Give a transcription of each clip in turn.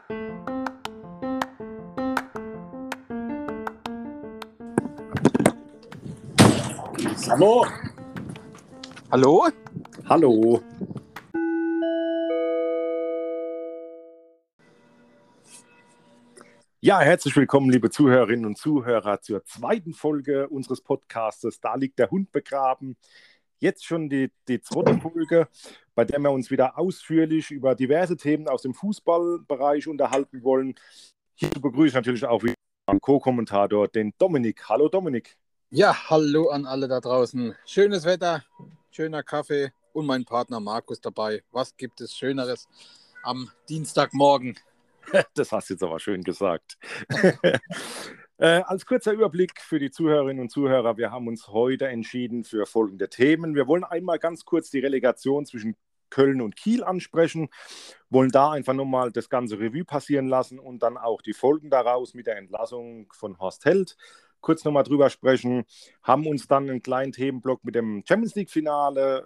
Hallo. Hallo? Hallo. Ja, herzlich willkommen, liebe Zuhörerinnen und Zuhörer, zur zweiten Folge unseres Podcastes Da liegt der Hund begraben. Jetzt schon die zweite Folge, bei der wir uns wieder ausführlich über diverse Themen aus dem Fußballbereich unterhalten wollen. Hier begrüße ich natürlich auch wieder meinen Co-Kommentator, den Dominik. Hallo Dominik. Ja, hallo an alle da draußen. Schönes Wetter, schöner Kaffee und mein Partner Markus dabei. Was gibt es Schöneres am Dienstagmorgen? Das hast du jetzt aber schön gesagt. Als kurzer Überblick für die Zuhörerinnen und Zuhörer, wir haben uns heute entschieden für folgende Themen. Wir wollen einmal ganz kurz die Relegation zwischen Köln und Kiel ansprechen, wollen da einfach nochmal das ganze Revue passieren lassen und dann auch die Folgen daraus mit der Entlassung von Horst Held kurz nochmal drüber sprechen, haben uns dann einen kleinen Themenblock mit dem Champions-League-Finale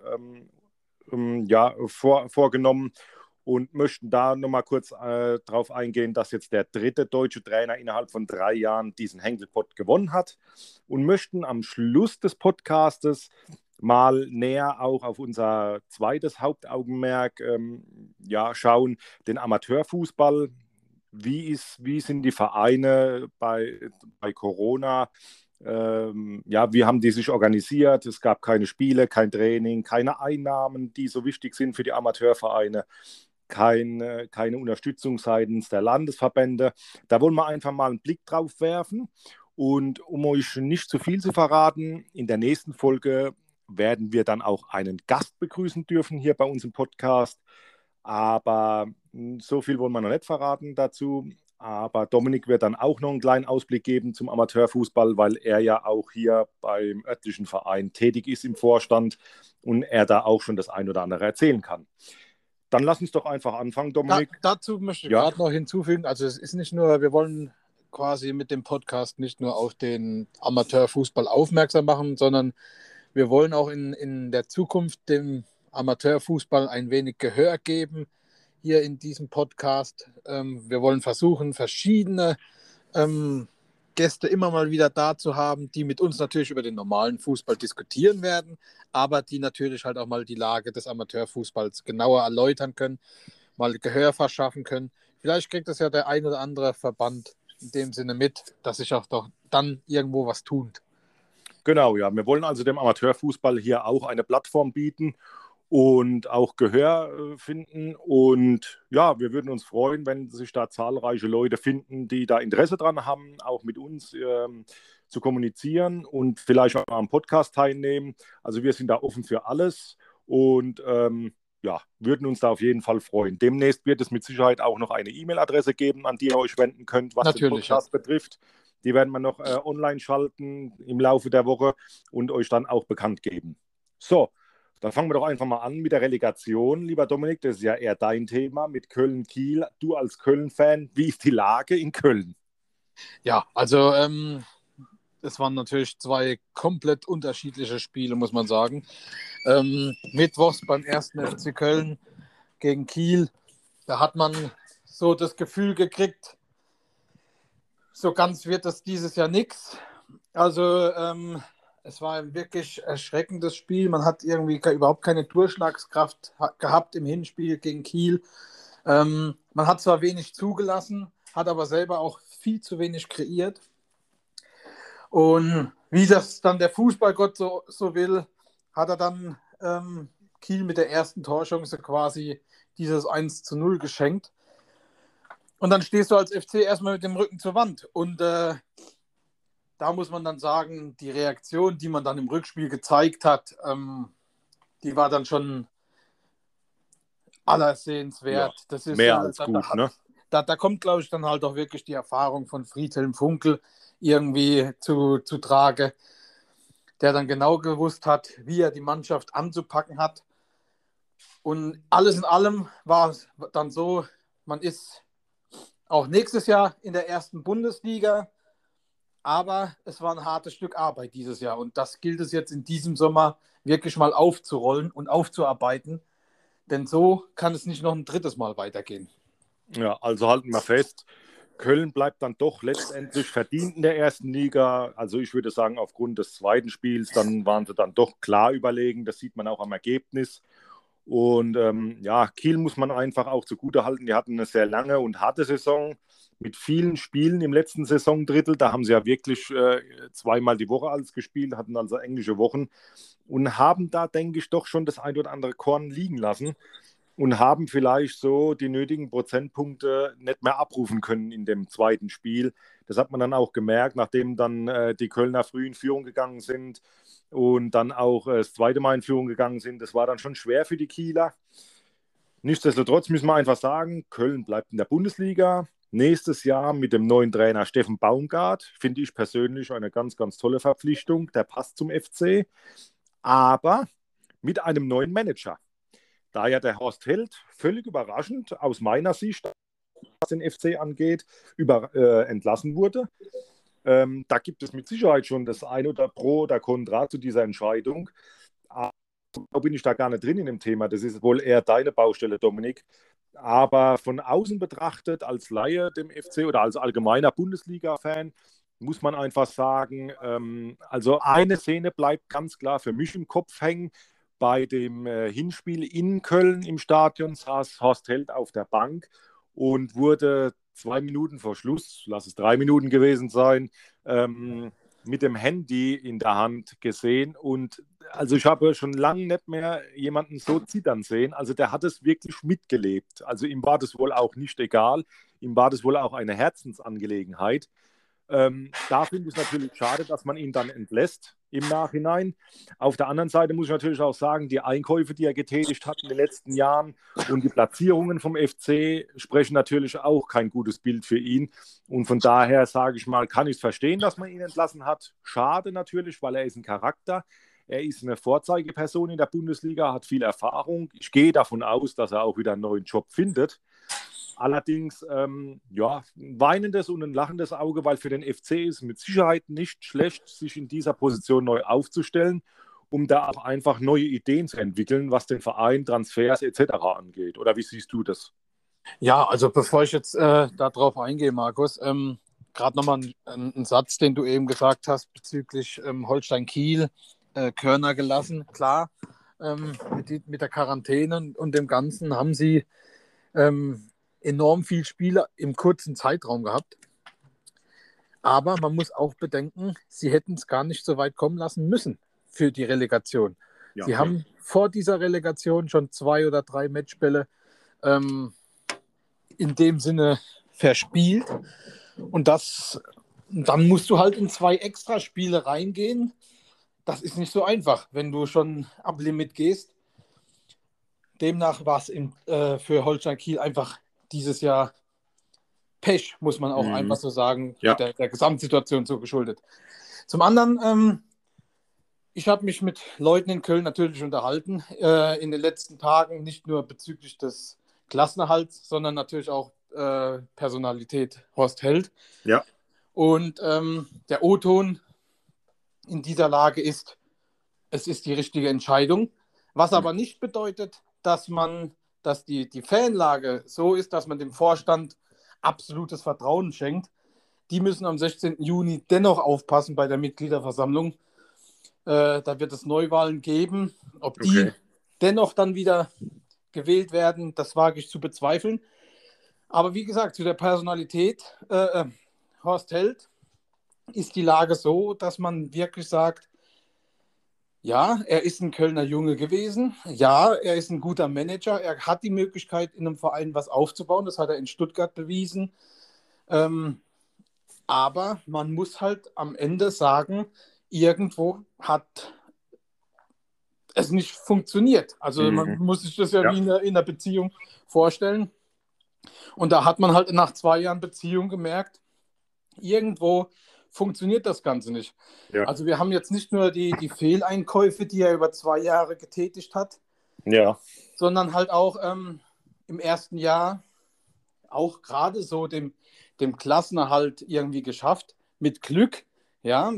vorgenommen und möchten da nochmal kurz darauf eingehen, dass jetzt der dritte deutsche Trainer innerhalb von 3 Jahren diesen Henkelpott gewonnen hat und möchten am Schluss des Podcastes mal näher auch auf unser zweites Hauptaugenmerk schauen, den Amateurfußball. Wie sind die Vereine bei Corona? Wie haben die sich organisiert? Es gab keine Spiele, kein Training, keine Einnahmen, die so wichtig sind für die Amateurvereine, keine Unterstützung seitens der Landesverbände. Da wollen wir einfach mal einen Blick drauf werfen. Und um euch nicht zu viel zu verraten, in der nächsten Folge werden wir dann auch einen Gast begrüßen dürfen hier bei uns im Podcast. Aber so viel wollen wir noch nicht verraten dazu. Aber Dominik wird dann auch noch einen kleinen Ausblick geben zum Amateurfußball, weil er ja auch hier beim örtlichen Verein tätig ist im Vorstand und er da auch schon das ein oder andere erzählen kann. Dann lass uns doch einfach anfangen, Dominik. Dazu möchte ich gerade noch hinzufügen, also es ist nicht nur, wir wollen quasi mit dem Podcast nicht nur auf den Amateurfußball aufmerksam machen, sondern wir wollen auch in der Zukunft dem Amateurfußball ein wenig Gehör geben, hier in diesem Podcast. Wir wollen versuchen, verschiedene Gäste immer mal wieder da zu haben, die mit uns natürlich über den normalen Fußball diskutieren werden, aber die natürlich halt auch mal die Lage des Amateurfußballs genauer erläutern können, mal Gehör verschaffen können. Vielleicht kriegt es ja der ein oder andere Verband in dem Sinne mit, dass sich auch doch dann irgendwo was tut. Genau, ja. Wir wollen also dem Amateurfußball hier auch eine Plattform bieten und auch Gehör finden. Und ja, wir würden uns freuen, wenn sich da zahlreiche Leute finden, die da Interesse dran haben, auch mit uns zu kommunizieren und vielleicht auch am Podcast teilnehmen. Also wir sind da offen für alles und würden uns da auf jeden Fall freuen. Demnächst wird es mit Sicherheit auch noch eine E-Mail-Adresse geben, an die ihr euch wenden könnt, was den Podcast betrifft. Die werden wir noch online schalten im Laufe der Woche und euch dann auch bekannt geben. So, dann fangen wir doch einfach mal an mit der Relegation. Lieber Dominik, das ist ja eher dein Thema mit Köln-Kiel. Du als Köln-Fan, wie ist die Lage in Köln? Ja, also es waren natürlich 2 komplett unterschiedliche Spiele, muss man sagen. Mittwochs beim 1. FC Köln gegen Kiel, da hat man so das Gefühl gekriegt, so ganz wird das dieses Jahr nichts. Also es war ein wirklich erschreckendes Spiel. Man hat irgendwie überhaupt keine Durchschlagskraft gehabt im Hinspiel gegen Kiel. Man hat zwar wenig zugelassen, hat aber selber auch viel zu wenig kreiert. Und wie das dann der Fußballgott so will, hat er dann Kiel mit der ersten Torchance quasi dieses 1:0 geschenkt. Und dann stehst du als FC erstmal mit dem Rücken zur Wand. Und da muss man dann sagen, die Reaktion, die man dann im Rückspiel gezeigt hat, die war dann schon allersehenswert. Ja, das ist mehr als gut, ne? Da kommt, glaube ich, dann halt auch wirklich die Erfahrung von Friedhelm Funkel irgendwie zu Trage, der dann genau gewusst hat, wie er die Mannschaft anzupacken hat. Und alles in allem war es dann so, man ist auch nächstes Jahr in der ersten Bundesliga, aber es war ein hartes Stück Arbeit dieses Jahr und das gilt es jetzt in diesem Sommer wirklich mal aufzurollen und aufzuarbeiten, denn so kann es nicht noch ein drittes Mal weitergehen. Ja, also halten wir fest, Köln bleibt dann doch letztendlich verdient in der ersten Liga. Also ich würde sagen, aufgrund des zweiten Spiels, dann waren sie dann doch klar überlegen. Das sieht man auch am Ergebnis. Und ja, Kiel muss man einfach auch zugutehalten. Die hatten eine sehr lange und harte Saison mit vielen Spielen im letzten Saisondrittel. Da haben sie ja wirklich zweimal die Woche alles gespielt, hatten also englische Wochen und haben da, denke ich, doch schon das ein oder andere Korn liegen lassen und haben vielleicht so die nötigen Prozentpunkte nicht mehr abrufen können in dem zweiten Spiel. Das hat man dann auch gemerkt, nachdem dann die Kölner früh in Führung gegangen sind und dann auch das zweite Mal in Führung gegangen sind. Das war dann schon schwer für die Kieler. Nichtsdestotrotz müssen wir einfach sagen, Köln bleibt in der Bundesliga. Nächstes Jahr mit dem neuen Trainer Steffen Baumgart finde ich persönlich eine ganz, ganz tolle Verpflichtung. Der passt zum FC, aber mit einem neuen Manager. Da ja der Horst Held völlig überraschend aus meiner Sicht, was den FC angeht, entlassen wurde. Da gibt es mit Sicherheit schon das ein oder Pro oder Contra zu dieser Entscheidung. Aber bin ich da gar nicht drin in dem Thema. Das ist wohl eher deine Baustelle, Dominik. Aber von außen betrachtet, als Laie dem FC oder als allgemeiner Bundesliga-Fan, muss man einfach sagen, also eine Szene bleibt ganz klar für mich im Kopf hängen. Bei dem Hinspiel in Köln im Stadion saß Horst Held auf der Bank und wurde 2 Minuten vor Schluss, lass es 3 Minuten gewesen sein, mit dem Handy in der Hand gesehen. Und also ich habe schon lange nicht mehr jemanden so zittern sehen. Also der hat es wirklich mitgelebt. Also ihm war das wohl auch nicht egal. Ihm war das wohl auch eine Herzensangelegenheit. Da finde ich es natürlich schade, dass man ihn dann entlässt im Nachhinein. Auf der anderen Seite muss ich natürlich auch sagen, die Einkäufe, die er getätigt hat in den letzten Jahren und die Platzierungen vom FC sprechen natürlich auch kein gutes Bild für ihn. Und von daher sage ich mal, kann ich es verstehen, dass man ihn entlassen hat. Schade natürlich, weil er ist ein Charakter. Er ist eine Vorzeigeperson in der Bundesliga, hat viel Erfahrung. Ich gehe davon aus, dass er auch wieder einen neuen Job findet. Allerdings, ja, ein weinendes und ein lachendes Auge, weil für den FC ist mit Sicherheit nicht schlecht, sich in dieser Position neu aufzustellen, um da auch einfach neue Ideen zu entwickeln, was den Verein, Transfers etc. angeht. Oder wie siehst du das? Ja, also bevor ich jetzt darauf eingehe, Markus, gerade nochmal ein Satz, den du eben gesagt hast bezüglich Holstein Kiel, Körner gelassen. Klar, mit der Quarantäne und dem Ganzen haben sie enorm viel Spiele im kurzen Zeitraum gehabt. Aber man muss auch bedenken, sie hätten es gar nicht so weit kommen lassen müssen für die Relegation. Ja, sie haben vor dieser Relegation schon 2 oder 3 Matchbälle in dem Sinne verspielt. Und dann musst du halt in 2 Extraspiele reingehen. Das ist nicht so einfach, wenn du schon am Limit gehst. Demnach war es für Holstein Kiel einfach dieses Jahr Pech, muss man auch einfach so sagen, Ja. der Gesamtsituation so geschuldet. Zum anderen, ich habe mich mit Leuten in Köln natürlich unterhalten in den letzten Tagen, nicht nur bezüglich des Klassenerhalts, sondern natürlich auch Personalität Horst Held. Ja. Und der O-Ton in dieser Lage ist, es ist die richtige Entscheidung, was aber nicht bedeutet, dass die Fanlage so ist, dass man dem Vorstand absolutes Vertrauen schenkt. Die müssen am 16. Juni dennoch aufpassen bei der Mitgliederversammlung. Da wird es Neuwahlen geben. Ob die dennoch dann wieder gewählt werden, das wage ich zu bezweifeln. Aber wie gesagt, zu der Personalität Horst Held ist die Lage so, dass man wirklich sagt, ja, er ist ein Kölner Junge gewesen. Ja, er ist ein guter Manager. Er hat die Möglichkeit, in einem Verein was aufzubauen. Das hat er in Stuttgart bewiesen. Aber man muss halt am Ende sagen, irgendwo hat es nicht funktioniert. Also man muss sich das ja wie in einer Beziehung vorstellen. Und da hat man halt nach 2 Jahren Beziehung gemerkt, irgendwo funktioniert das Ganze nicht. Ja. Also wir haben jetzt nicht nur die Fehleinkäufe, die er über 2 Jahre getätigt hat, sondern halt auch im ersten Jahr auch gerade so dem Klassenerhalt irgendwie geschafft, mit Glück. Ja,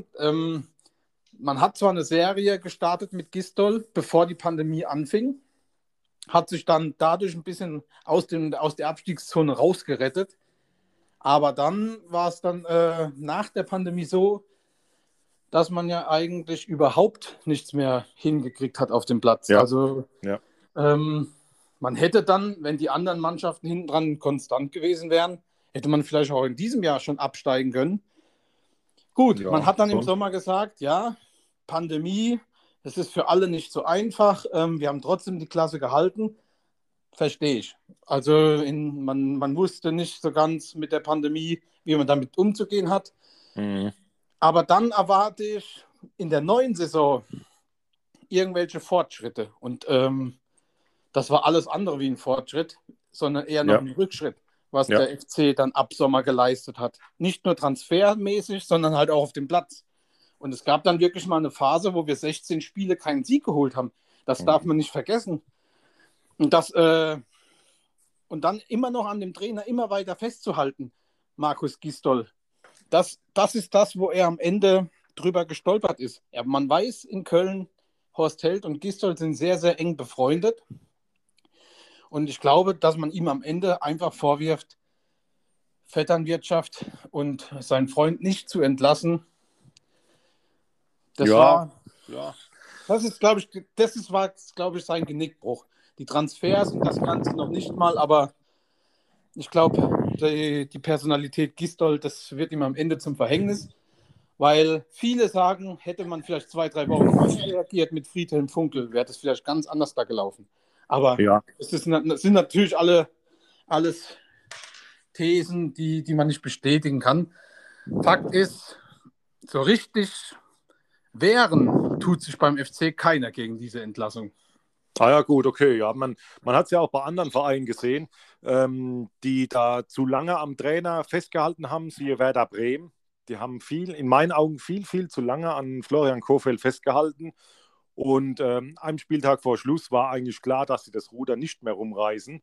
man hat zwar eine Serie gestartet mit Gistol, bevor die Pandemie anfing, hat sich dann dadurch ein bisschen aus der Abstiegszone rausgerettet. Aber dann war es dann nach der Pandemie so, dass man ja eigentlich überhaupt nichts mehr hingekriegt hat auf dem Platz. Ja, Also ja. man hätte dann, wenn die anderen Mannschaften hinten dran konstant gewesen wären, hätte man vielleicht auch in diesem Jahr schon absteigen können. Gut, man Ja, hat dann im schon. Sommer gesagt, ja, Pandemie, das ist für alle nicht so einfach. Wir haben trotzdem die Klasse gehalten. Verstehe ich. Also man wusste nicht so ganz mit der Pandemie, wie man damit umzugehen hat. Mhm. Aber dann erwarte ich in der neuen Saison irgendwelche Fortschritte. Und das war alles andere wie ein Fortschritt, sondern eher noch Ja, ein Rückschritt, was ja. der FC dann ab Sommer geleistet hat. Nicht nur transfermäßig, sondern halt auch auf dem Platz. Und es gab dann wirklich mal eine Phase, wo wir 16 Spiele keinen Sieg geholt haben. Das darf Mhm. man nicht vergessen. Und und dann immer noch an dem Trainer immer weiter festzuhalten, Markus Gisdol. Das ist das, wo er am Ende drüber gestolpert ist. Ja, man weiß in Köln, Horst Held und Gisdol sind sehr, sehr eng befreundet. Und ich glaube, dass man ihm am Ende einfach vorwirft, Vetternwirtschaft und seinen Freund nicht zu entlassen. Das Ja, war, ja. war, glaube ich, sein Genickbruch. Die Transfers und das Ganze noch nicht mal, aber ich glaube, die Personalität Gisdol, das wird ihm am Ende zum Verhängnis, weil viele sagen, hätte man vielleicht 2, 3 Wochen vorher reagiert mit Friedhelm Funkel, wäre das vielleicht ganz anders da gelaufen. Aber Ja. das sind natürlich alles Thesen, die man nicht bestätigen kann. Fakt ist, so richtig wehren tut sich beim FC keiner gegen diese Entlassung. Ah ja, gut, okay. Ja, man hat es ja auch bei anderen Vereinen gesehen, die da zu lange am Trainer festgehalten haben, siehe Werder Bremen. Die haben in meinen Augen viel zu lange an Florian Kohfeldt festgehalten. Und einem Spieltag vor Schluss war eigentlich klar, dass sie das Ruder nicht mehr rumreißen.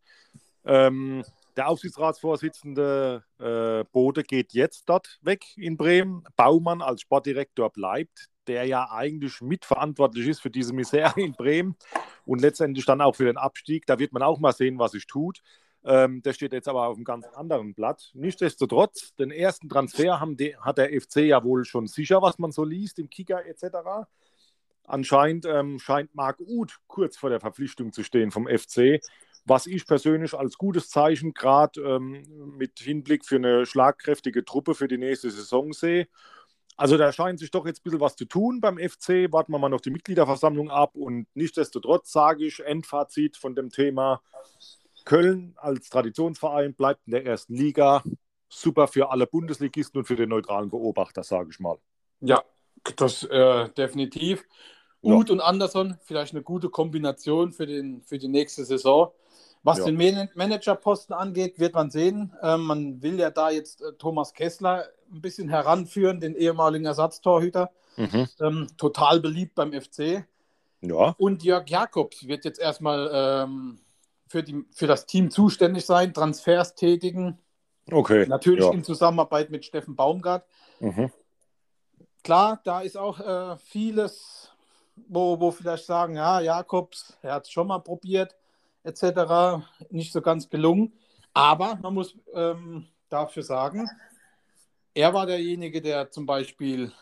Der Aufsichtsratsvorsitzende Bode geht jetzt dort weg in Bremen. Baumann als Sportdirektor bleibt, der ja eigentlich mitverantwortlich ist für diese Misere in Bremen und letztendlich dann auch für den Abstieg. Da wird man auch mal sehen, was sich tut. Der steht jetzt aber auf einem ganz anderen Blatt. Nichtsdestotrotz, den ersten Transfer hat der FC ja wohl schon sicher, was man so liest im Kicker etc. Anscheinend scheint Marc Uth kurz vor der Verpflichtung zu stehen vom FC, was ich persönlich als gutes Zeichen gerade mit Hinblick für eine schlagkräftige Truppe für die nächste Saison sehe. Also da scheint sich doch jetzt ein bisschen was zu tun beim FC. Warten wir mal noch die Mitgliederversammlung ab und nichtsdestotrotz sage ich, Endfazit von dem Thema, Köln als Traditionsverein bleibt in der ersten Liga. Super für alle Bundesligisten und für den neutralen Beobachter, sage ich mal. Ja, das definitiv. Ja. Uth und Anderson, vielleicht eine gute Kombination für die nächste Saison. Was Ja. den Managerposten angeht, wird man sehen. Man will ja da jetzt Thomas Kessler ein bisschen heranführen, den ehemaligen Ersatztorhüter. Mhm. Total beliebt beim FC. Ja. Und Jörg Jakobs wird jetzt erstmal für das Team zuständig sein, Transfers tätigen. Okay. Natürlich Ja. in Zusammenarbeit mit Steffen Baumgart. Mhm. Klar, da ist auch vieles, wo vielleicht sagen, ja, Jakobs, er hat es schon mal probiert, etc. Nicht so ganz gelungen. Aber man muss dafür sagen, er war derjenige, der zum Beispiel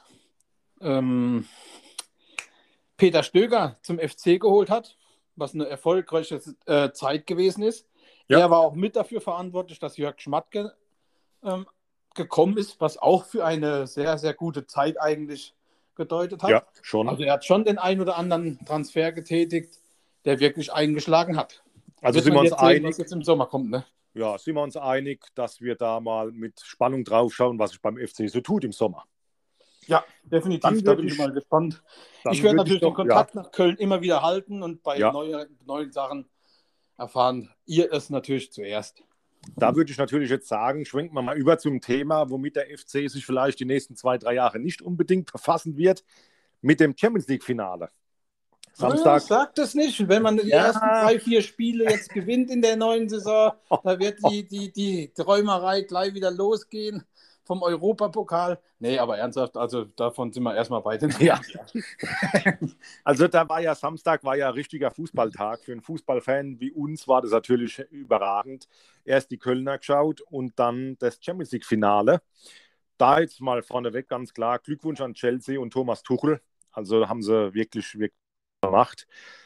Peter Stöger zum FC geholt hat, was eine erfolgreiche Zeit gewesen ist. Ja. Er war auch mit dafür verantwortlich, dass Jörg Schmatke gekommen ist, was auch für eine sehr, sehr gute Zeit eigentlich gedeutet hat. Ja, schon. Also er hat schon den ein oder anderen Transfer getätigt, der wirklich eingeschlagen hat. Also Wird sind wir man uns jetzt sehen, einig, was jetzt im Sommer kommt, ne? ja, sind wir uns einig, dass wir da mal mit Spannung drauf schauen, was sich beim FC so tut im Sommer. Ja, definitiv. Dann Da bin ich mal gespannt. Ich werde natürlich den Kontakt nach Köln immer wieder halten und bei neuen Sachen erfahren ihr es natürlich zuerst. Da würde ich natürlich jetzt sagen, schwenken wir mal über zum Thema, womit der FC sich vielleicht die nächsten 2, 3 Jahre nicht unbedingt befassen wird, mit dem Champions-League-Finale. Samstag. Sag das nicht. Wenn man die ersten 3, 4 Spiele jetzt gewinnt in der neuen Saison, da wird die Träumerei gleich wieder losgehen. vom Europapokal. Nee, aber ernsthaft, also davon sind wir erstmal weit Ja. entfernt. Also Samstag war ja richtiger Fußballtag. Für einen Fußballfan wie uns war das natürlich überragend. Erst die Kölner geschaut und dann das Champions League-Finale. Da jetzt mal vorneweg ganz klar Glückwunsch an Chelsea und Thomas Tuchel. Also haben sie wirklich, wirklich gemacht.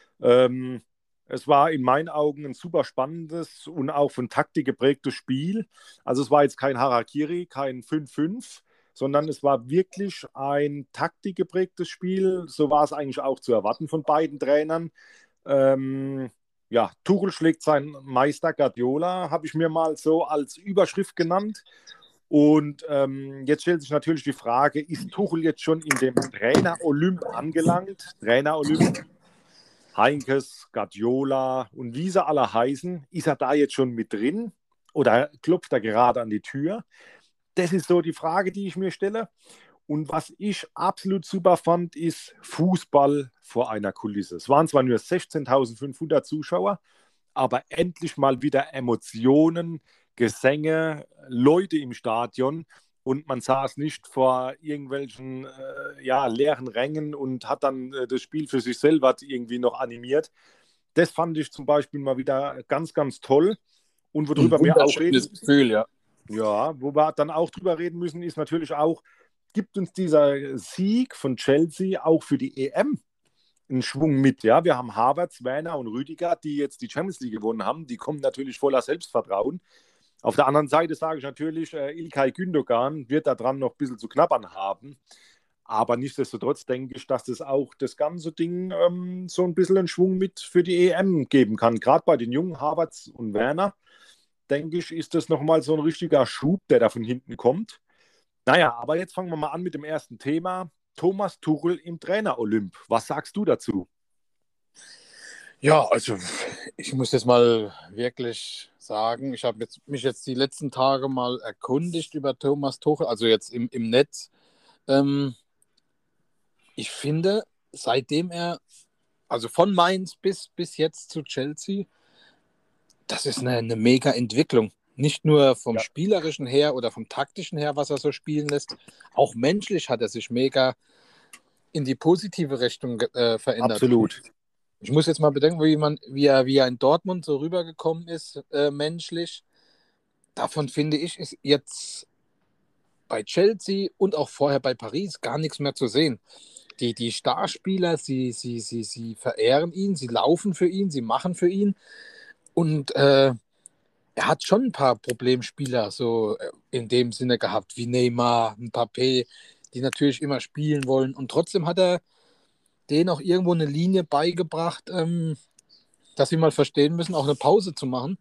Es war in meinen Augen ein super spannendes und auch von Taktik geprägtes Spiel. Also es war jetzt kein Harakiri, kein 5-5, sondern es war wirklich ein taktikgeprägtes Spiel. So war es eigentlich auch zu erwarten von beiden Trainern. Ja, Tuchel schlägt seinen Meister Guardiola, habe ich mir mal so als Überschrift genannt. Und jetzt stellt sich natürlich die Frage, ist Tuchel jetzt schon in dem Trainer-Olymp angelangt? Trainer-Olymp, Heinkes, Guardiola und wie sie alle heißen, ist er da jetzt schon mit drin oder klopft er gerade an die Tür? Das ist so die Frage, die ich mir stelle. Und was ich absolut super fand, ist Fußball vor einer Kulisse. Es waren zwar nur 16.500 Zuschauer, aber endlich mal wieder Emotionen, Gesänge, Leute im Stadion und man saß nicht vor irgendwelchen leeren Rängen und hat dann das Spiel für sich selber irgendwie noch animiert. Das fand ich zum Beispiel mal wieder ganz, ganz toll. Und Ein worüber wir auch wunderschönes reden, Gefühl, ja. ja, wo wir dann auch drüber reden müssen, ist natürlich auch, gibt uns dieser Sieg von Chelsea auch für die EM einen Schwung mit. Ja, wir haben Havertz, Werner und Rüdiger, die jetzt die Champions League gewonnen haben. Die kommen natürlich voller Selbstvertrauen. Auf der anderen Seite sage ich natürlich, İlkay Gündoğan wird daran noch ein bisschen zu knabbern haben. Aber nichtsdestotrotz denke ich, dass das auch das ganze Ding so ein bisschen einen Schwung mit für die EM geben kann. Gerade bei den jungen Havertz und Werner, denke ich, ist das nochmal so ein richtiger Schub, der da von hinten kommt. Naja, aber jetzt fangen wir mal an mit dem ersten Thema. Thomas Tuchel im Trainer-Olymp. Was sagst du dazu? Ja, also ich muss jetzt mal wirklich sagen, ich habe mich jetzt die letzten Tage mal erkundigt über Thomas Tuchel, also jetzt im Netz. Ähm, Ich finde, seitdem also von Mainz bis jetzt zu Chelsea, das ist eine mega Entwicklung. Nicht nur vom Ja, Spielerischen her oder vom Taktischen her, was er so spielen lässt, auch menschlich hat er sich mega in die positive Richtung verändert. absolut. Ich muss jetzt mal bedenken, wie er in Dortmund so rübergekommen ist, menschlich. Davon finde ich, ist jetzt bei Chelsea und auch vorher bei Paris gar nichts mehr zu sehen. Die Starspieler, sie verehren ihn, sie laufen für ihn, sie machen für ihn. Und er hat schon ein paar Problemspieler so in dem Sinne gehabt, wie Neymar, Mbappé, die natürlich immer spielen wollen. Und trotzdem hat er denen auch irgendwo eine Linie beigebracht, dass sie mal verstehen müssen, auch eine Pause zu machen.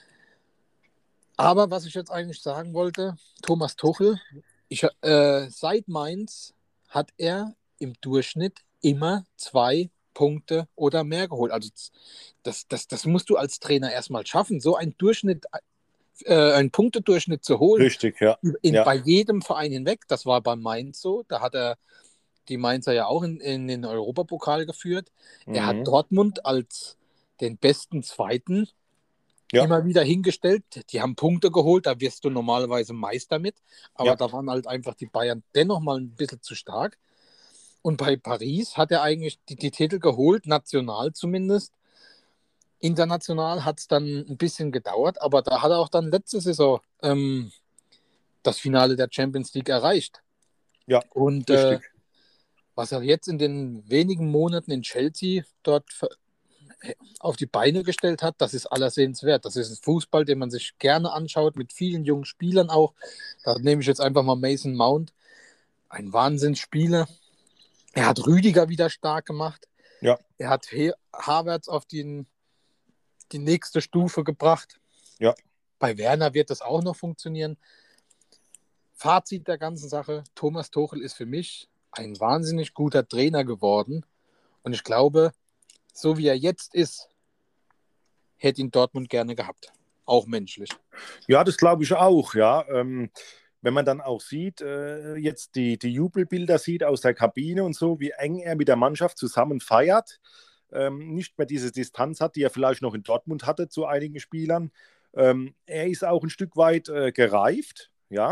Aber was ich jetzt eigentlich sagen wollte, Thomas Tuchel, seit Mainz hat er im Durchschnitt immer 2 Punkte oder mehr geholt. Also das musst du als Trainer erstmal schaffen, so einen Punktedurchschnitt zu holen, Richtig, ja. Ja. bei jedem Verein hinweg. Das war bei Mainz so. Da hat er die Mainzer ja auch in den Europapokal geführt. Er hat Mhm. Dortmund als den besten Zweiten Ja, immer wieder hingestellt. Die haben Punkte geholt, da wirst du normalerweise Meister mit. Aber ja, da waren halt einfach die Bayern dennoch mal ein bisschen zu stark. Und bei Paris hat er eigentlich die Titel geholt, national zumindest. International hat es dann ein bisschen gedauert, aber da hat er auch dann letzte Saison das Finale der Champions League erreicht. ja, Und richtig. was er jetzt in den wenigen Monaten in Chelsea dort auf die Beine gestellt hat, das ist allersehenswert. Das ist ein Fußball, den man sich gerne anschaut, mit vielen jungen Spielern auch. Da nehme ich jetzt einfach mal Mason Mount, ein Wahnsinnsspieler. Er hat Rüdiger wieder stark gemacht. Ja, Er hat Havertz auf die nächste Stufe gebracht. ja. Bei Werner wird das auch noch funktionieren. Fazit der ganzen Sache, Thomas Tuchel ist für mich ein wahnsinnig guter Trainer geworden. Und ich glaube, so wie er jetzt ist, hätte ihn Dortmund gerne gehabt. Auch menschlich. Ja, das glaube ich auch, ja. Wenn man dann auch sieht, jetzt die Jubelbilder sieht aus der Kabine und so, wie eng er mit der Mannschaft zusammen feiert, nicht mehr diese Distanz hat, die er vielleicht noch in Dortmund hatte zu einigen Spielern. Er ist auch ein Stück weit gereift, ja.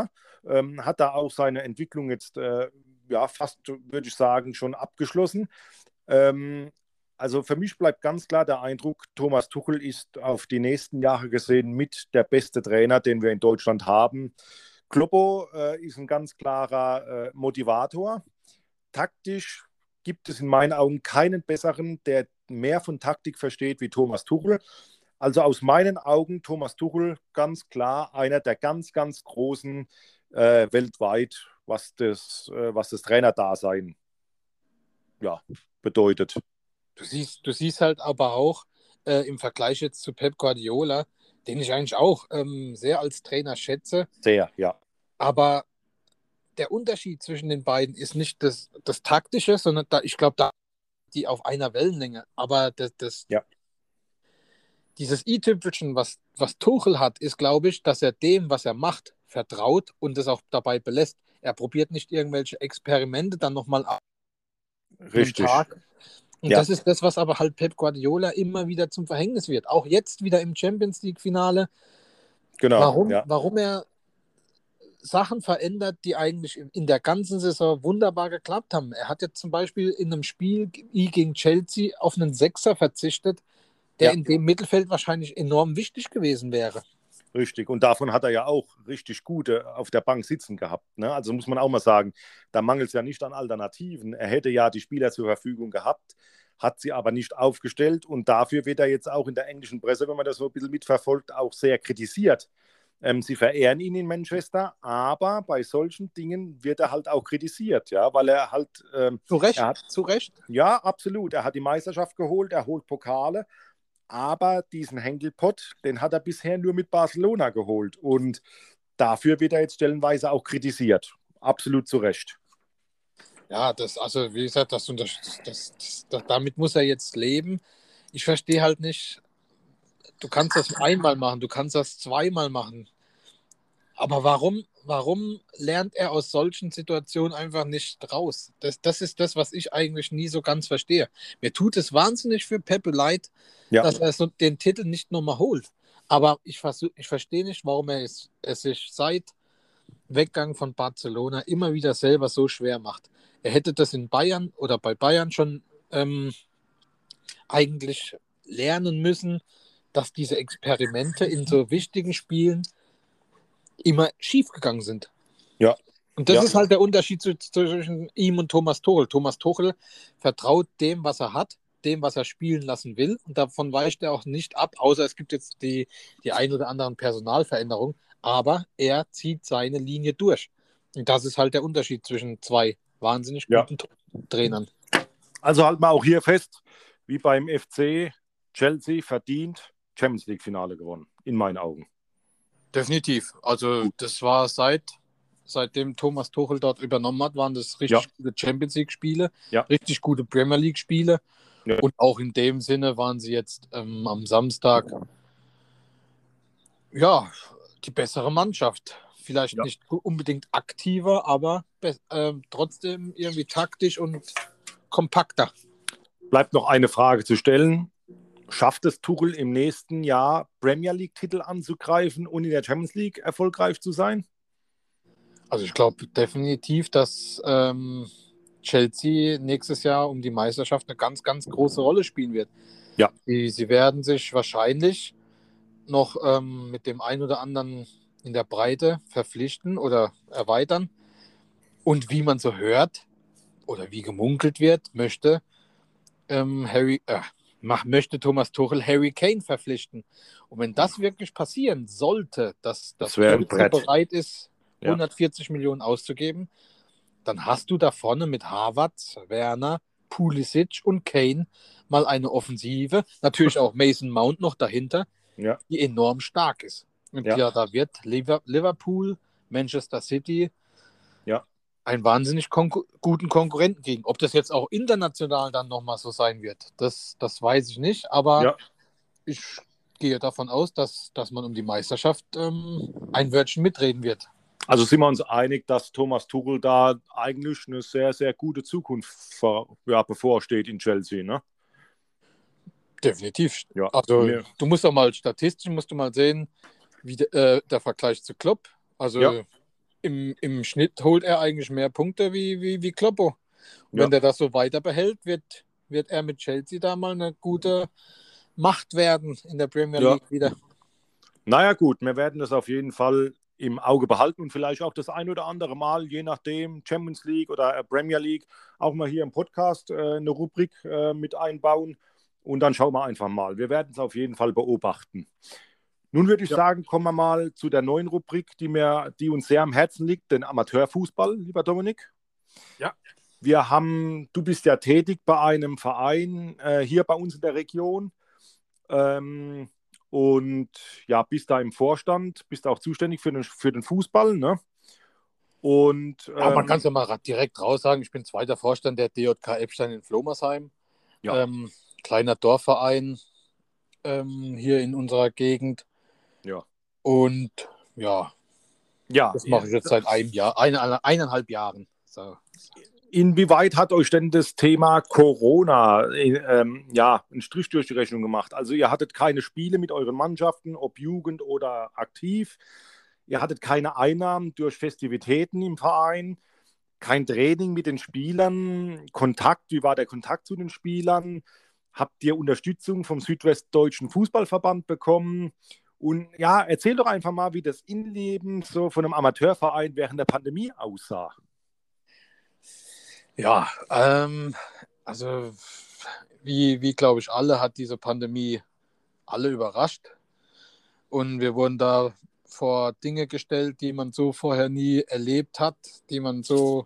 hat da auch seine Entwicklung jetzt fast, würde ich sagen, schon abgeschlossen. Also für mich bleibt ganz klar der Eindruck, Thomas Tuchel ist auf die nächsten Jahre gesehen mit der beste Trainer, den wir in Deutschland haben. Kloppo ist ein ganz klarer Motivator. Taktisch gibt es in meinen Augen keinen besseren, der mehr von Taktik versteht wie Thomas Tuchel. Also aus meinen Augen Thomas Tuchel ganz klar einer der ganz, ganz großen weltweit, was das Trainerdasein bedeutet. Du siehst halt aber auch im Vergleich jetzt zu Pep Guardiola, den ich eigentlich auch sehr als Trainer schätze. Sehr, ja. Aber der Unterschied zwischen den beiden ist nicht das Taktische, sondern ich glaube, da die auf einer Wellenlänge. Aber dieses i-Tüpfelchen, was Tuchel hat, ist, glaube ich, dass er dem, was er macht, vertraut und es auch dabei belässt. Er probiert nicht irgendwelche Experimente dann nochmal ab. Richtig. Tag. Und das ist das, was aber halt Pep Guardiola immer wieder zum Verhängnis wird. Auch jetzt wieder im Champions League-Finale. Genau. Warum er Sachen verändert, die eigentlich in der ganzen Saison wunderbar geklappt haben. Er hat jetzt zum Beispiel in einem Spiel gegen Chelsea auf einen Sechser verzichtet, der in dem Mittelfeld wahrscheinlich enorm wichtig gewesen wäre. Richtig. Und davon hat er ja auch richtig gute auf der Bank sitzen gehabt. Ne? Also muss man auch mal sagen, da mangelt es ja nicht an Alternativen. Er hätte ja die Spieler zur Verfügung gehabt, hat sie aber nicht aufgestellt. Und dafür wird er jetzt auch in der englischen Presse, wenn man das so ein bisschen mitverfolgt, auch sehr kritisiert. Sie verehren ihn in Manchester, aber bei solchen Dingen wird er halt auch kritisiert, ja, weil er halt... Zu Recht. Ja, absolut. Er hat die Meisterschaft geholt, er holt Pokale, aber diesen Henkelpott, den hat er bisher nur mit Barcelona geholt und dafür wird er jetzt stellenweise auch kritisiert. Absolut zu Recht. Ja, wie gesagt, damit muss er jetzt leben. Ich verstehe halt nicht, du kannst das einmal machen, du kannst das zweimal machen. Aber warum lernt er aus solchen Situationen einfach nicht raus? Das ist das, was ich eigentlich nie so ganz verstehe. Mir tut es wahnsinnig für Pepe leid, dass er den Titel nicht nochmal holt. Aber ich verstehe nicht, warum er es sich seit Weggang von Barcelona immer wieder selber so schwer macht. Er hätte das in Bayern oder bei Bayern schon eigentlich lernen müssen, dass diese Experimente in so wichtigen Spielen immer schief gegangen sind. Ja. Und das ist halt der Unterschied zwischen ihm und Thomas Tuchel. Thomas Tuchel vertraut dem, was er hat, dem, was er spielen lassen will. Und davon weicht er auch nicht ab, außer es gibt jetzt die ein oder anderen Personalveränderungen. Aber er zieht seine Linie durch. Und das ist halt der Unterschied zwischen zwei wahnsinnig guten Trainern. Also halten wir auch hier fest, wie beim FC, Chelsea verdient Champions League-Finale gewonnen, in meinen Augen. Definitiv. Also das war seitdem Thomas Tuchel dort übernommen hat, waren das richtig gute Champions League-Spiele, richtig gute Premier League-Spiele. Ja. Und auch in dem Sinne waren sie jetzt am Samstag die bessere Mannschaft. Vielleicht nicht unbedingt aktiver, aber trotzdem irgendwie taktisch und kompakter. Bleibt noch eine Frage zu stellen. Schafft es Tuchel im nächsten Jahr, Premier League-Titel anzugreifen und in der Champions League erfolgreich zu sein? Also ich glaube definitiv, dass Chelsea nächstes Jahr um die Meisterschaft eine ganz, ganz große Rolle spielen wird. Ja. Sie werden sich wahrscheinlich noch mit dem einen oder anderen in der Breite verpflichten oder erweitern. Und wie man so hört oder wie gemunkelt wird, möchte Thomas Tuchel Harry Kane verpflichten. Und wenn das wirklich passieren sollte, dass Chelsea bereit ist, 140 Millionen auszugeben, dann hast du da vorne mit Havertz, Werner, Pulisic und Kane mal eine Offensive, natürlich auch Mason Mount noch dahinter, die enorm stark ist. Und da wird Liverpool, Manchester City einen wahnsinnig guten Konkurrenten kriegen. Ob das jetzt auch international dann nochmal so sein wird, das weiß ich nicht, aber ich gehe davon aus, dass man um die Meisterschaft ein Wörtchen mitreden wird. Also sind wir uns einig, dass Thomas Tuchel da eigentlich eine sehr, sehr gute Zukunft bevorsteht in Chelsea, ne? Definitiv. Ja. Also du musst doch mal statistisch sehen, wie der Vergleich zu Klopp. Also im Schnitt holt er eigentlich mehr Punkte wie Kloppo. Und Ja. wenn der das so weiter behält, wird er mit Chelsea da mal eine gute Macht werden in der Premier Ja. League wieder. Naja, gut, wir werden das auf jeden Fall im Auge behalten und vielleicht auch das ein oder andere Mal, je nachdem, Champions League oder Premier League, auch mal hier im Podcast eine Rubrik mit einbauen. Und dann schauen wir einfach mal. Wir werden es auf jeden Fall beobachten. Nun würde ich sagen, kommen wir mal zu der neuen Rubrik, die uns sehr am Herzen liegt, den Amateurfußball, lieber Dominik. Ja. Du bist ja tätig bei einem Verein hier bei uns in der Region. Und ja, bist da im Vorstand, bist auch zuständig für den Fußball, ne? Und Man kann es ja mal direkt raus sagen, ich bin zweiter Vorstand der DJK Eppstein in Flomersheim. Ja. Kleiner Dorfverein hier in unserer Gegend. Ja. Und ja, das mache ich jetzt seit einem Jahr, 1,5 Jahren. So. Inwieweit hat euch denn das Thema Corona einen Strich durch die Rechnung gemacht? Also ihr hattet keine Spiele mit euren Mannschaften, ob Jugend oder aktiv. Ihr hattet keine Einnahmen durch Festivitäten im Verein, kein Training mit den Spielern, wie war der Kontakt zu den Spielern? Habt ihr Unterstützung vom Südwestdeutschen Fußballverband bekommen? Und ja, erzähl doch einfach mal, wie das Innenleben so von einem Amateurverein während der Pandemie aussah. Ja, also wie glaube ich alle, hat diese Pandemie alle überrascht. Und wir wurden da vor Dinge gestellt, die man so vorher nie erlebt hat, die man so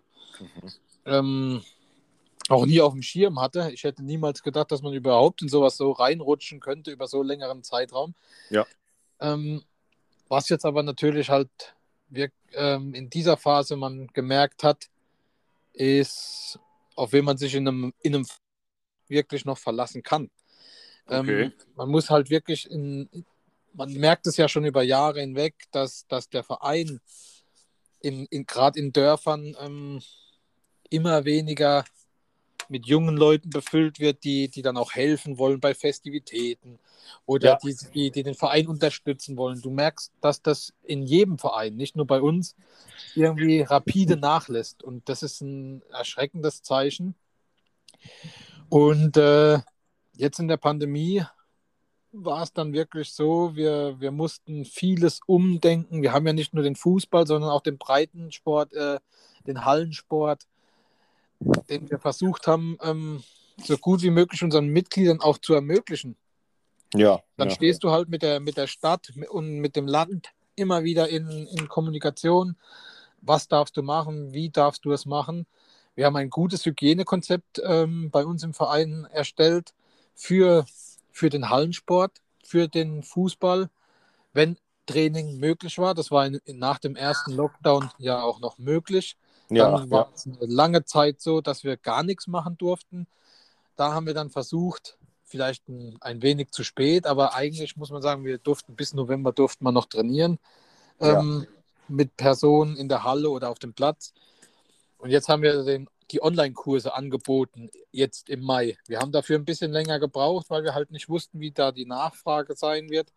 auch nie auf dem Schirm hatte. Ich hätte niemals gedacht, dass man überhaupt in sowas so reinrutschen könnte über so längeren Zeitraum. Ja. Was jetzt aber natürlich halt in dieser Phase man gemerkt hat, ist, auf wen man sich in einem wirklich noch verlassen kann. Okay. Man muss halt wirklich man merkt es ja schon über Jahre hinweg, dass der Verein gerade in Dörfern immer weniger mit jungen Leuten befüllt wird, die dann auch helfen wollen bei Festivitäten oder die den Verein unterstützen wollen. Du merkst, dass das in jedem Verein, nicht nur bei uns, irgendwie rapide nachlässt. Und das ist ein erschreckendes Zeichen. Und jetzt in der Pandemie war es dann wirklich so, wir mussten vieles umdenken. Wir haben ja nicht nur den Fußball, sondern auch den Breitensport, den Hallensport, den wir versucht haben, so gut wie möglich unseren Mitgliedern auch zu ermöglichen. Ja. Dann stehst du halt mit der Stadt und mit dem Land immer wieder in Kommunikation. Was darfst du machen? Wie darfst du es machen? Wir haben ein gutes Hygienekonzept bei uns im Verein erstellt für den Hallensport, für den Fußball, wenn Training möglich war. Das war nach dem ersten Lockdown ja auch noch möglich. Dann war es eine lange Zeit so, dass wir gar nichts machen durften. Da haben wir dann versucht, vielleicht ein wenig zu spät, aber eigentlich muss man sagen, bis November durften wir noch trainieren mit Personen in der Halle oder auf dem Platz. Und jetzt haben wir die Online-Kurse angeboten, jetzt im Mai. Wir haben dafür ein bisschen länger gebraucht, weil wir halt nicht wussten, wie da die Nachfrage sein wird.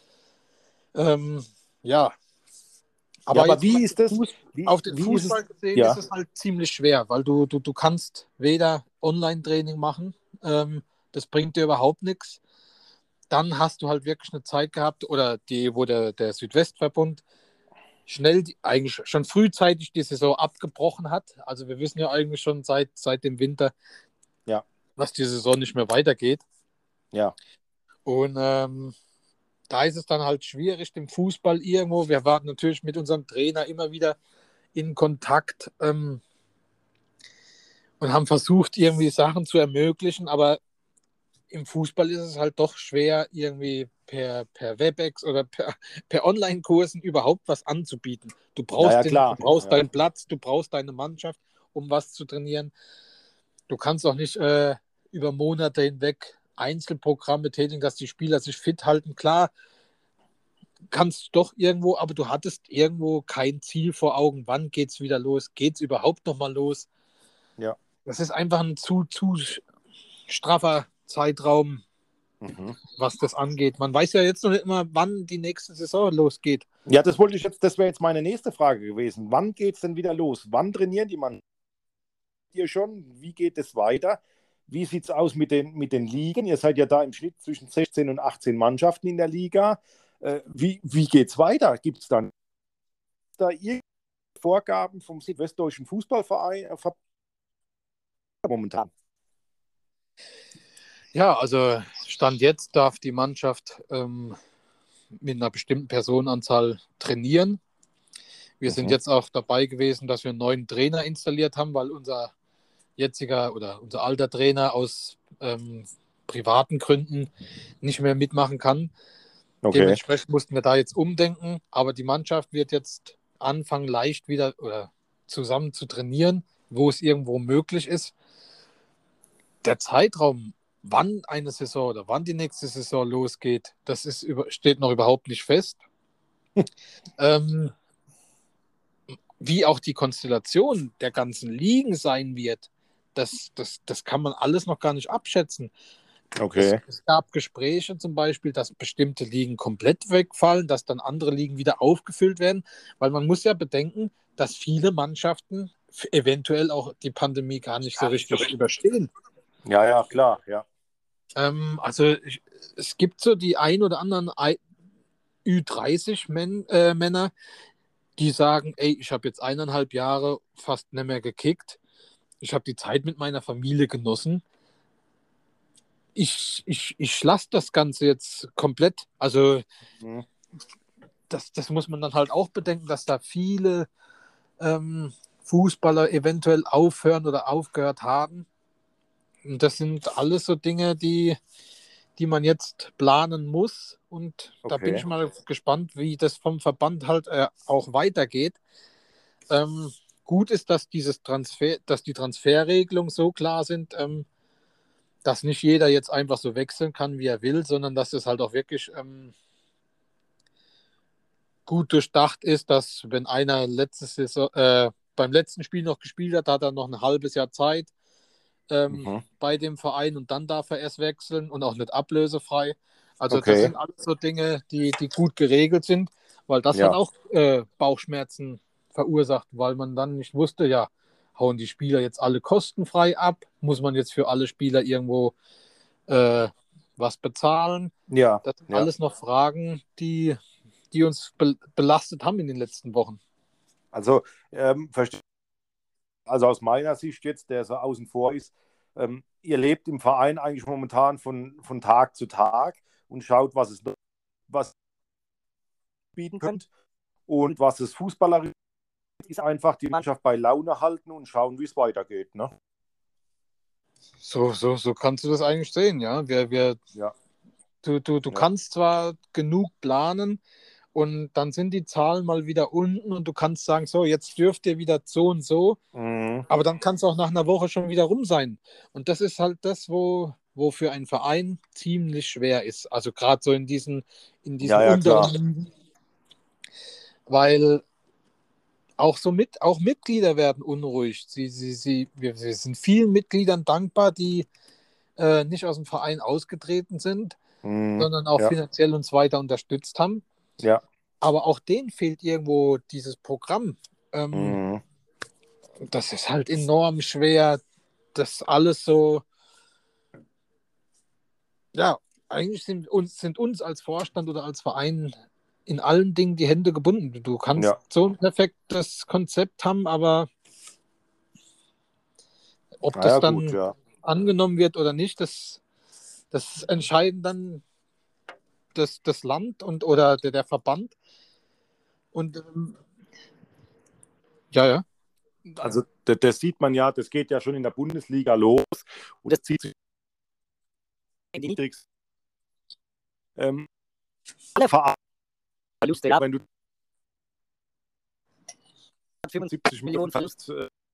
Aber wie ist das? Auf den Fußball gesehen ist es halt ziemlich schwer, weil du kannst weder Online-Training machen, das bringt dir überhaupt nichts. Dann hast du halt wirklich eine Zeit gehabt, wo der Südwestverbund eigentlich schon frühzeitig die Saison abgebrochen hat. Also wir wissen ja eigentlich schon seit dem Winter, dass die Saison nicht mehr weitergeht. Ja. Und da ist es dann halt schwierig, dem Fußball irgendwo. Wir waren natürlich mit unserem Trainer immer wieder in Kontakt und haben versucht, irgendwie Sachen zu ermöglichen, aber im Fußball ist es halt doch schwer, irgendwie per Webex oder per Online-Kursen überhaupt was anzubieten. Du brauchst, deinen Platz, du brauchst deine Mannschaft, um was zu trainieren. Du kannst auch nicht über Monate hinweg Einzelprogramme tätigen, dass die Spieler sich fit halten. Klar, kannst du doch irgendwo, aber du hattest irgendwo kein Ziel vor Augen. Wann geht es wieder los? Geht es überhaupt nochmal los? Ja. Das ist einfach ein zu straffer Zeitraum, was das angeht. Man weiß ja jetzt noch nicht immer, wann die nächste Saison losgeht. Ja, das wäre jetzt meine nächste Frage gewesen. Wann geht es denn wieder los? Wann trainieren die Mannschaft ihr schon? Wie geht es weiter? Wie sieht es aus mit den Ligen? Ihr seid ja da im Schnitt zwischen 16 und 18 Mannschaften in der Liga. Wie geht es weiter? Gibt es dann da irgendwelche Vorgaben vom Südwestdeutschen Fußballverein momentan? Ja, also Stand jetzt darf die Mannschaft mit einer bestimmten Personenanzahl trainieren. Wir sind jetzt auch dabei gewesen, dass wir einen neuen Trainer installiert haben, weil unser jetziger oder unser alter Trainer aus privaten Gründen nicht mehr mitmachen kann. Okay. Dementsprechend mussten wir da jetzt umdenken, aber die Mannschaft wird jetzt anfangen, leicht wieder oder zusammen zu trainieren, wo es irgendwo möglich ist. Der Zeitraum, wann eine Saison oder wann die nächste Saison losgeht, steht noch überhaupt nicht fest. Wie auch die Konstellation der ganzen Ligen sein wird, das kann man alles noch gar nicht abschätzen. Okay. Es gab Gespräche zum Beispiel, dass bestimmte Ligen komplett wegfallen, dass dann andere Ligen wieder aufgefüllt werden, weil man muss ja bedenken, dass viele Mannschaften eventuell auch die Pandemie gar nicht so richtig überstehen. Ja, ja, klar, ja. Also es gibt so die ein oder anderen Ü30-Männer, die sagen, ey, ich habe jetzt 1,5 Jahre fast nicht mehr gekickt. Ich habe die Zeit mit meiner Familie genossen. Ich lasse das Ganze jetzt komplett. Also das muss man dann halt auch bedenken, dass da viele Fußballer eventuell aufhören oder aufgehört haben. Und das sind alles so Dinge, die man jetzt planen muss. Und da bin ich mal gespannt, wie das vom Verband halt auch weitergeht. Gut ist, dass die Transferregelungen so klar sind, dass nicht jeder jetzt einfach so wechseln kann, wie er will, sondern dass es halt auch wirklich gut durchdacht ist, dass wenn einer beim letzten Spiel noch gespielt hat, hat er noch ein halbes Jahr Zeit bei dem Verein und dann darf er erst wechseln und auch nicht ablösefrei. Also das sind alles so Dinge, die gut geregelt sind, weil das hat auch Bauchschmerzen verursacht, weil man dann nicht wusste, ja, hauen die Spieler jetzt alle kostenfrei ab? Muss man jetzt für alle Spieler irgendwo was bezahlen? Ja. Das sind alles noch Fragen, die uns belastet haben in den letzten Wochen. Also, also aus meiner Sicht jetzt, der so außen vor ist, ihr lebt im Verein eigentlich momentan von Tag zu Tag und schaut, was bieten könnt und was es fußballerisch ist, einfach die Mannschaft bei Laune halten und schauen, wie es weitergeht. Ne? So kannst du das eigentlich sehen, ja. Ja. Du kannst zwar genug planen und dann sind die Zahlen mal wieder unten und du kannst sagen, so, jetzt dürft ihr wieder so und so, aber dann kann es auch nach einer Woche schon wieder rum sein. Und das ist halt das, wo für einen Verein ziemlich schwer ist. Also gerade so in diesen unteren, weil auch Mitglieder werden unruhig. Wir sind vielen Mitgliedern dankbar, die nicht aus dem Verein ausgetreten sind, sondern auch finanziell uns weiter unterstützt haben. Ja. Aber auch denen fehlt irgendwo dieses Programm. Das ist halt enorm schwer, das alles so. Ja, eigentlich sind uns als Vorstand oder als Verein in allen Dingen die Hände gebunden. Du kannst so ein perfektes Konzept haben, aber ob das dann angenommen wird oder nicht, das entscheiden dann das Land oder der Verband. Und ja. Also das sieht man ja, das geht ja schon in der Bundesliga los und das zieht sich in die niedrigsten alle Vereine. Wenn du 75 Millionen Verlust,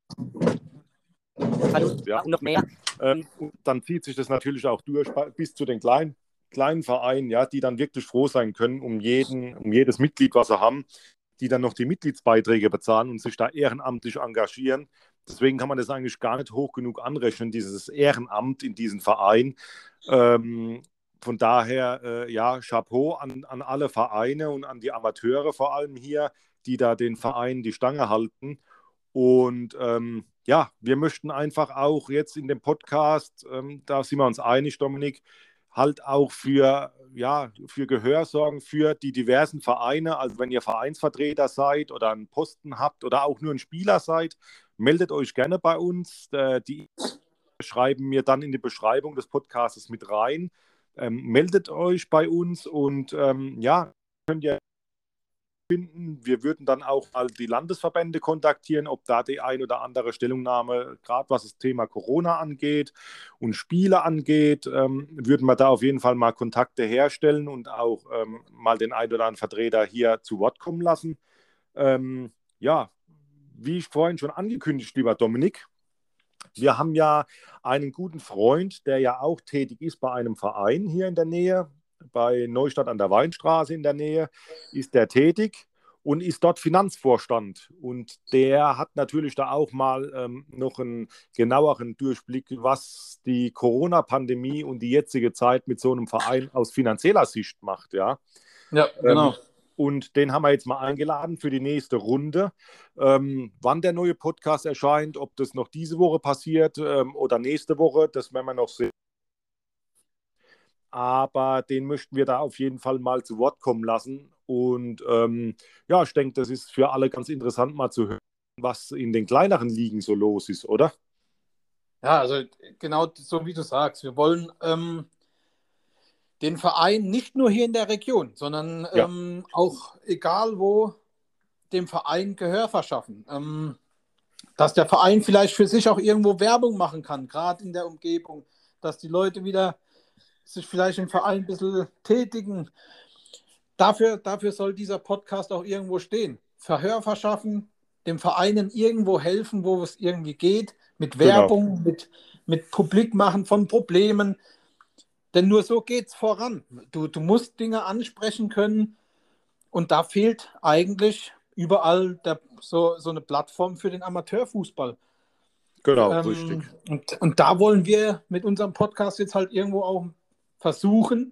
ja, und noch mehr, und dann zieht sich das natürlich auch durch bis zu den kleinen Vereinen, ja, die dann wirklich froh sein können um jedes Mitglied, was sie haben, die dann noch die Mitgliedsbeiträge bezahlen und sich da ehrenamtlich engagieren. Deswegen kann man das eigentlich gar nicht hoch genug anrechnen, dieses Ehrenamt in diesem Verein. von daher, ja, Chapeau an alle Vereine und an die Amateure vor allem hier, die da den Verein die Stange halten. Und ja, wir möchten einfach auch jetzt in dem Podcast, da sind wir uns einig, Dominik, halt auch ja, für Gehör sorgen für die diversen Vereine. Also wenn ihr Vereinsvertreter seid oder einen Posten habt oder auch nur ein Spieler seid, meldet euch gerne bei uns. Die schreiben mir dann in die Beschreibung des Podcasts mit rein. Meldet euch bei uns und ja, könnt ihr finden. Wir würden dann auch mal die Landesverbände kontaktieren, ob da die ein oder andere Stellungnahme, gerade was das Thema Corona angeht und Spiele angeht, würden wir da auf jeden Fall mal Kontakte herstellen und auch mal den ein oder anderen Vertreter hier zu Wort kommen lassen. Ja, wie ich vorhin schon angekündigt, lieber Dominik, wir haben ja einen guten Freund, der ja auch tätig ist bei einem Verein hier in der Nähe, bei Neustadt an der Weinstraße in der Nähe, ist der tätig und ist dort Finanzvorstand. Und der hat natürlich da auch mal noch einen genaueren Durchblick, was die Corona-Pandemie und die jetzige Zeit mit so einem Verein aus finanzieller Sicht macht. Ja, Ja, genau. Und den haben wir jetzt mal eingeladen für die nächste Runde. Wann der neue Podcast erscheint, ob das noch diese Woche passiert oder nächste Woche, das werden wir noch sehen. Aber den möchten wir da auf jeden Fall mal zu Wort kommen lassen. Und ja, ich denke, das ist für alle ganz interessant mal zu hören, was in den kleineren Ligen so los ist, oder? Ja, also genau so wie du sagst, wir wollen den Verein nicht nur hier in der Region, sondern Ja, auch egal wo, dem Verein Gehör verschaffen. Dass der Verein vielleicht für sich auch irgendwo Werbung machen kann, gerade in der Umgebung, dass die Leute wieder sich vielleicht im Verein ein bisschen tätigen. Dafür soll dieser Podcast auch irgendwo stehen. Verhör verschaffen, dem Vereinen irgendwo helfen, wo es irgendwie geht, mit genau. Werbung, mit Publik machen von Problemen. Denn nur so geht es voran. Du musst Dinge ansprechen können und da fehlt eigentlich überall so eine Plattform für den Amateurfußball. Genau, richtig. Und da wollen wir mit unserem Podcast jetzt halt irgendwo auch versuchen,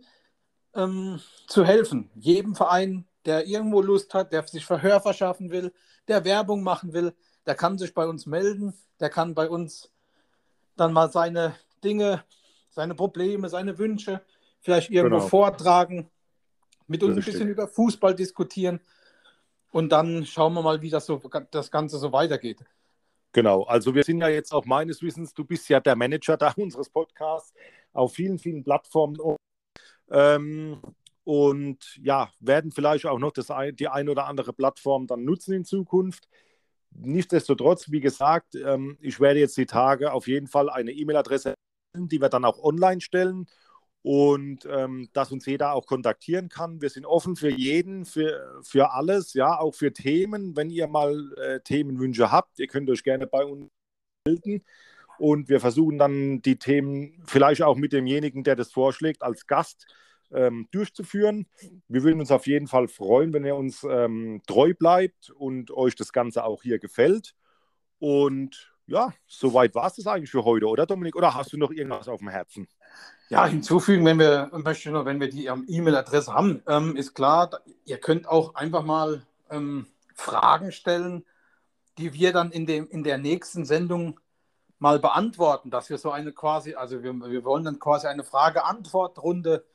zu helfen. Jedem Verein, der irgendwo Lust hat, der sich Verhör verschaffen will, der Werbung machen will, der kann sich bei uns melden, der kann bei uns dann mal seine Dinge, seine Probleme, seine Wünsche vielleicht irgendwo Genau, vortragen, mit uns ein bisschen richtig. über Fußball diskutieren und dann schauen wir mal, wie das Ganze so weitergeht. Genau, also wir sind ja jetzt auch meines Wissens, du bist ja der Manager da unseres Podcasts auf vielen, vielen Plattformen ähm, und ja, werden vielleicht auch noch die ein oder andere Plattform dann nutzen in Zukunft. Nichtsdestotrotz, wie gesagt, ich werde jetzt die Tage auf jeden Fall eine E-Mail-Adresse, die wir dann auch online stellen und dass uns jeder auch kontaktieren kann. Wir sind offen für jeden, für alles, ja, auch für Themen. Wenn ihr mal Themenwünsche habt, ihr könnt euch gerne bei uns melden und wir versuchen dann die Themen vielleicht auch mit demjenigen, der das vorschlägt, als Gast durchzuführen. Wir würden uns auf jeden Fall freuen, wenn ihr uns treu bleibt und euch das Ganze auch hier gefällt. Und ja, soweit war es das eigentlich für heute, oder Dominik? Oder hast du noch irgendwas auf dem Herzen? Ja, hinzufügen, wenn wir die E-Mail-Adresse haben, ist klar, ihr könnt auch einfach mal Fragen stellen, die wir dann in der nächsten Sendung mal beantworten, dass wir so eine quasi, also wir wollen dann quasi eine Frage-Antwort-Runde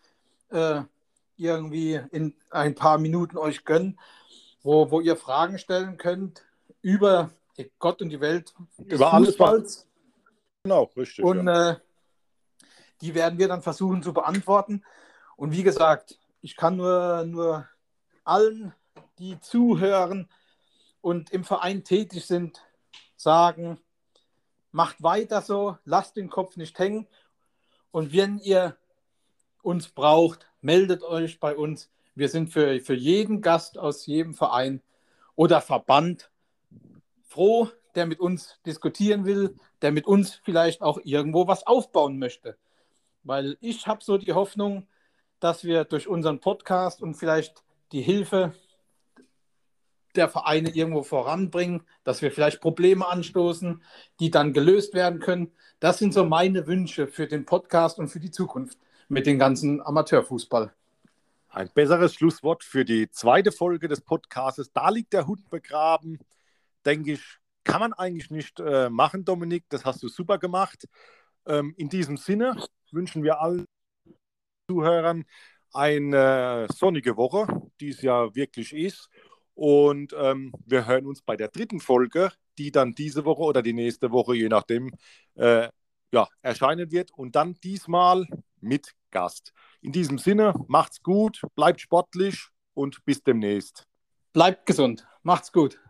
irgendwie in ein paar Minuten euch gönnen, wo ihr Fragen stellen könnt über Gott und die Welt des Über alles, was. Fußballs. Genau, richtig, ja. Und die werden wir dann versuchen zu beantworten. Und wie gesagt, ich kann nur allen, die zuhören und im Verein tätig sind, sagen, macht weiter so, lasst den Kopf nicht hängen. Und wenn ihr uns braucht, meldet euch bei uns. Wir sind für jeden Gast aus jedem Verein oder Verband froh, der mit uns diskutieren will, der mit uns vielleicht auch irgendwo was aufbauen möchte. Weil ich habe so die Hoffnung, dass wir durch unseren Podcast und vielleicht die Hilfe der Vereine irgendwo voranbringen, dass wir vielleicht Probleme anstoßen, die dann gelöst werden können. Das sind so meine Wünsche für den Podcast und für die Zukunft. mit dem ganzen Amateurfußball. Ein besseres Schlusswort für die zweite Folge des Podcasts. Da liegt der Hund begraben, denke ich, kann man eigentlich nicht machen, Dominik. Das hast du super gemacht. In diesem Sinne wünschen wir allen Zuhörern eine sonnige Woche, die es ja wirklich ist. Und wir hören uns bei der dritten Folge, die dann diese Woche oder die nächste Woche, je nachdem, erscheinen wird. Und dann diesmal mit Gast. In diesem Sinne, macht's gut, bleibt sportlich und bis demnächst. Bleibt gesund. Macht's gut.